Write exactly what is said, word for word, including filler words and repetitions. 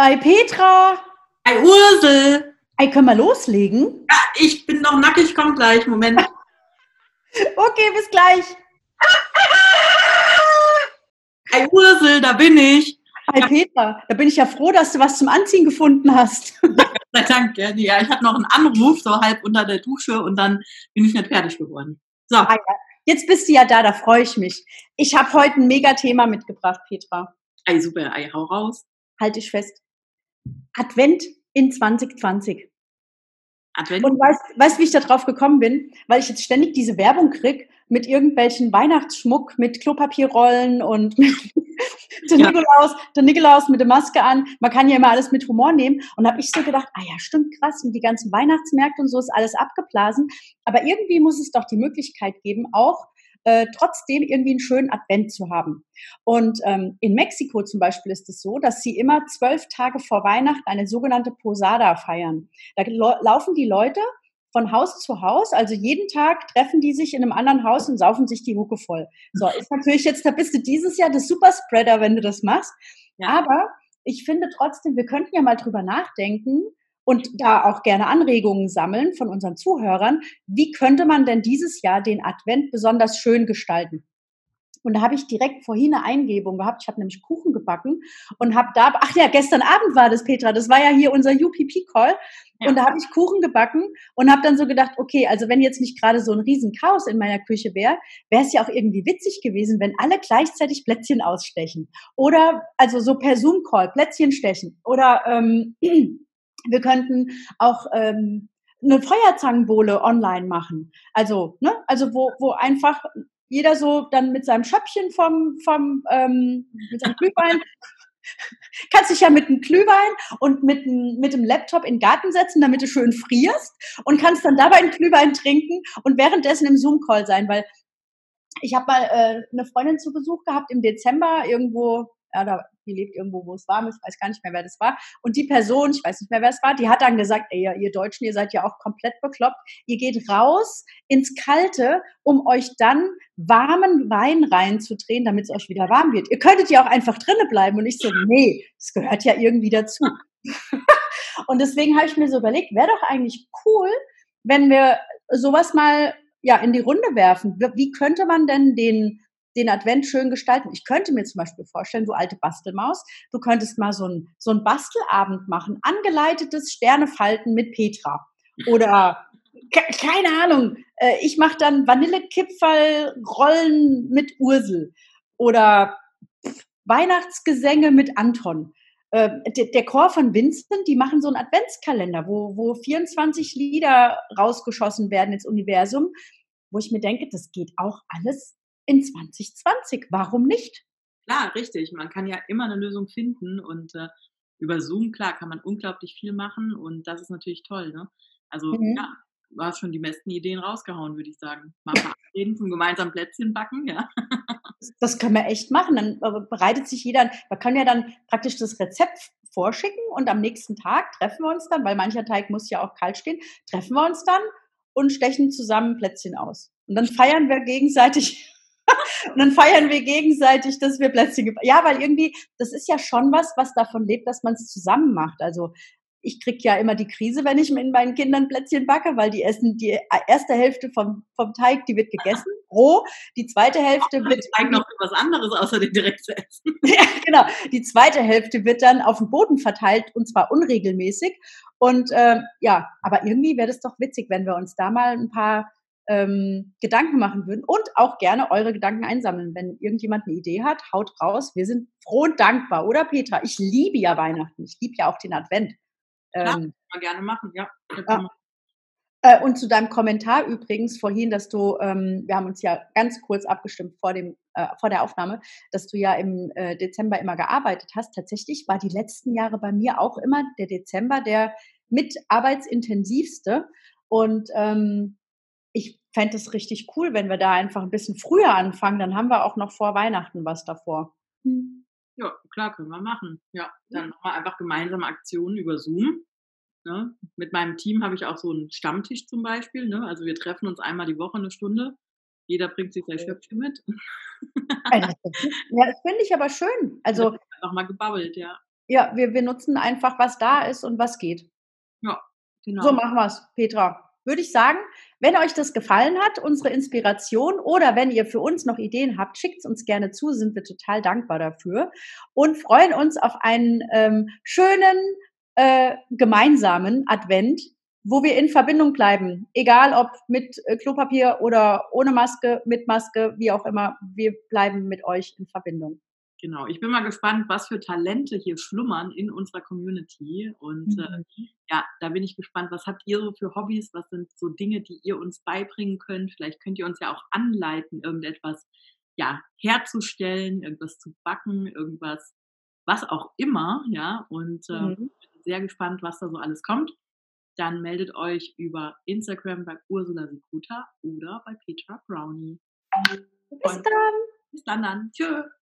Hi Petra! Hi Ursel! Hey, können wir loslegen? Ja, ich bin noch nackig, komm gleich, Moment. Okay, bis gleich. Hi Ursel, da bin ich. Hi Petra, da bin ich ja froh, dass du was zum Anziehen gefunden hast. Ja, Gott sei Dank, ja, ich hatte noch einen Anruf, so halb unter der Dusche und dann bin ich nicht fertig geworden. So. Ah, ja. Jetzt bist du ja da, da freue ich mich. Ich habe heute ein Mega-Thema mitgebracht, Petra. Ei, super, ei, hau raus. Halt dich fest. Advent in zwanzig zwanzig. Advent? Und weißt du, weißt, wie ich da drauf gekommen bin? Weil ich jetzt ständig diese Werbung kriege mit irgendwelchen Weihnachtsschmuck, mit Klopapierrollen und der, ja. Nikolaus, der Nikolaus mit der Maske an. Man kann ja immer alles mit Humor nehmen. Und da habe ich so gedacht, ah ja, stimmt, krass. Und die ganzen Weihnachtsmärkte und so ist alles abgeblasen. Aber irgendwie muss es doch die Möglichkeit geben, auch äh, trotzdem irgendwie einen schönen Advent zu haben. Und ähm, in Mexiko zum Beispiel ist es so, dass sie immer zwölf Tage vor Weihnachten eine sogenannte Posada feiern. Da laufen die Leute von Haus zu Haus, also jeden Tag treffen die sich in einem anderen Haus und saufen sich die Hucke voll. So, ist natürlich jetzt, da bist du dieses Jahr der Superspreader, wenn du das machst. Ja. Aber ich finde trotzdem, wir könnten ja mal drüber nachdenken und da auch gerne Anregungen sammeln von unseren Zuhörern. Wie könnte man denn dieses Jahr den Advent besonders schön gestalten? Und da habe ich direkt vorhin eine Eingebung gehabt. Ich habe nämlich Kuchen gebacken und habe da, ach ja, gestern Abend war das, Petra, das war ja hier unser U P P-Call. Ja. Und da habe ich Kuchen gebacken und habe dann so gedacht, okay, also wenn jetzt nicht gerade so ein riesen Chaos in meiner Küche wäre, wäre es ja auch irgendwie witzig gewesen, wenn alle gleichzeitig Plätzchen ausstechen. Oder also so per Zoom-Call Plätzchen stechen. Oder ähm, wir könnten auch ähm, eine Feuerzangenbowle online machen. Also, ne, also wo, wo einfach jeder so dann mit seinem Schöppchen vom, vom ähm, mit seinem Glühwein, kannst dich ja mit einem Glühwein und mit, mit dem Laptop in den Garten setzen, damit du schön frierst und kannst dann dabei einen Glühwein trinken und währenddessen im Zoom-Call sein, weil ich habe mal äh, eine Freundin zu Besuch gehabt im Dezember irgendwo, ja, da, die lebt irgendwo, wo es warm ist, weiß gar nicht mehr, wer das war. Und die Person, ich weiß nicht mehr, wer es war, die hat dann gesagt, ey, ihr Deutschen, ihr seid ja auch komplett bekloppt. Ihr geht raus ins Kalte, um euch dann warmen Wein reinzudrehen, damit es euch wieder warm wird. Ihr könntet ja auch einfach drinnen bleiben. Und ich so, nee, das gehört ja irgendwie dazu. Und deswegen habe ich mir so überlegt, wäre doch eigentlich cool, wenn wir sowas mal ja in die Runde werfen. Wie könnte man denn den den Advent schön gestalten? Ich könnte mir zum Beispiel vorstellen, du alte Bastelmaus, du könntest mal so ein so ein Bastelabend machen, angeleitetes Sternefalten mit Petra. Oder keine Ahnung, ich mache dann Vanillekipferlrollen mit Ursel. Oder Weihnachtsgesänge mit Anton. Der, der Chor von Vincent, die machen so einen Adventskalender, wo, wo vierundzwanzig Lieder rausgeschossen werden ins Universum, wo ich mir denke, das geht auch alles in zwanzig zwanzig. Warum nicht? Klar, richtig. Man kann ja immer eine Lösung finden und äh, über Zoom, klar, kann man unglaublich viel machen und das ist natürlich toll, ne? Also, mhm. ja, du hast schon die besten Ideen rausgehauen, würde ich sagen. Mal verabreden zum gemeinsamen Plätzchen backen, ja. Das können wir echt machen. Dann bereitet sich jeder, man kann ja dann praktisch das Rezept vorschicken und am nächsten Tag treffen wir uns dann, weil mancher Teig muss ja auch kalt stehen, treffen wir uns dann und stechen zusammen Plätzchen aus. Und dann feiern wir gegenseitig und dann feiern wir gegenseitig, dass wir Plätzchen gebacken. Ja, weil irgendwie, das ist ja schon was, was davon lebt, dass man es zusammen macht. Also ich kriege ja immer die Krise, wenn ich mit meinen Kindern Plätzchen backe, weil die essen die erste Hälfte vom, vom Teig, die wird gegessen, roh. Die zweite Hälfte wird... Teig noch was anderes, außer den direkt zu essen. Ja, genau. Die zweite Hälfte wird dann auf dem Boden verteilt und zwar unregelmäßig. Und äh, ja, aber irgendwie wäre das doch witzig, wenn wir uns da mal ein paar ähm, Gedanken machen würden und auch gerne eure Gedanken einsammeln. Wenn irgendjemand eine Idee hat, haut raus. Wir sind froh und dankbar, oder Petra? Ich liebe ja Weihnachten. Ich liebe ja auch den Advent. Klar, ähm, kann man gerne machen, ja. ja. Äh, und zu deinem Kommentar übrigens vorhin, dass du, ähm, wir haben uns ja ganz kurz abgestimmt vor dem, äh, vor der Aufnahme, dass du ja im äh, Dezember immer gearbeitet hast. Tatsächlich war die letzten Jahre bei mir auch immer der Dezember der mit arbeitsintensivste. Und ähm, ich fände es richtig cool, wenn wir da einfach ein bisschen früher anfangen. Dann haben wir auch noch vor Weihnachten was davor. Hm. Ja, klar, können wir machen. Ja, dann machen wir einfach gemeinsame Aktionen über Zoom. Ne? Mit meinem Team habe ich auch so einen Stammtisch zum Beispiel. Ne? Also wir treffen uns einmal die Woche eine Stunde. Jeder bringt sich sein Schöpfchen mit. Ja, das finde ich aber schön. Also nochmal gebabbelt, ja. Ja, wir wir nutzen einfach, was da ist und was geht. Ja, So genau. machen wir's, Petra. Würde ich sagen, wenn euch das gefallen hat, unsere Inspiration, oder wenn ihr für uns noch Ideen habt, schickt's uns gerne zu, sind wir total dankbar dafür und freuen uns auf einen, ähm, schönen, äh, gemeinsamen Advent, wo wir in Verbindung bleiben, egal ob mit, äh, Klopapier oder ohne Maske, mit Maske, wie auch immer. Wir bleiben mit euch in Verbindung. Genau. Ich bin mal gespannt, was für Talente hier schlummern in unserer Community und, äh, Mhm. ja, da bin ich gespannt, was habt ihr so für Hobbys? Was sind so Dinge, die ihr uns beibringen könnt? Vielleicht könnt ihr uns ja auch anleiten, irgendetwas, ja, herzustellen, irgendwas zu backen, irgendwas, was auch immer, ja? Und, ähm, Mhm. bin sehr gespannt, was da so alles kommt. Dann meldet euch über Instagram bei Ursula Sikuta oder bei Petra Brownie. Wir Bis freuen uns. dann. Bis dann dann. Tschö.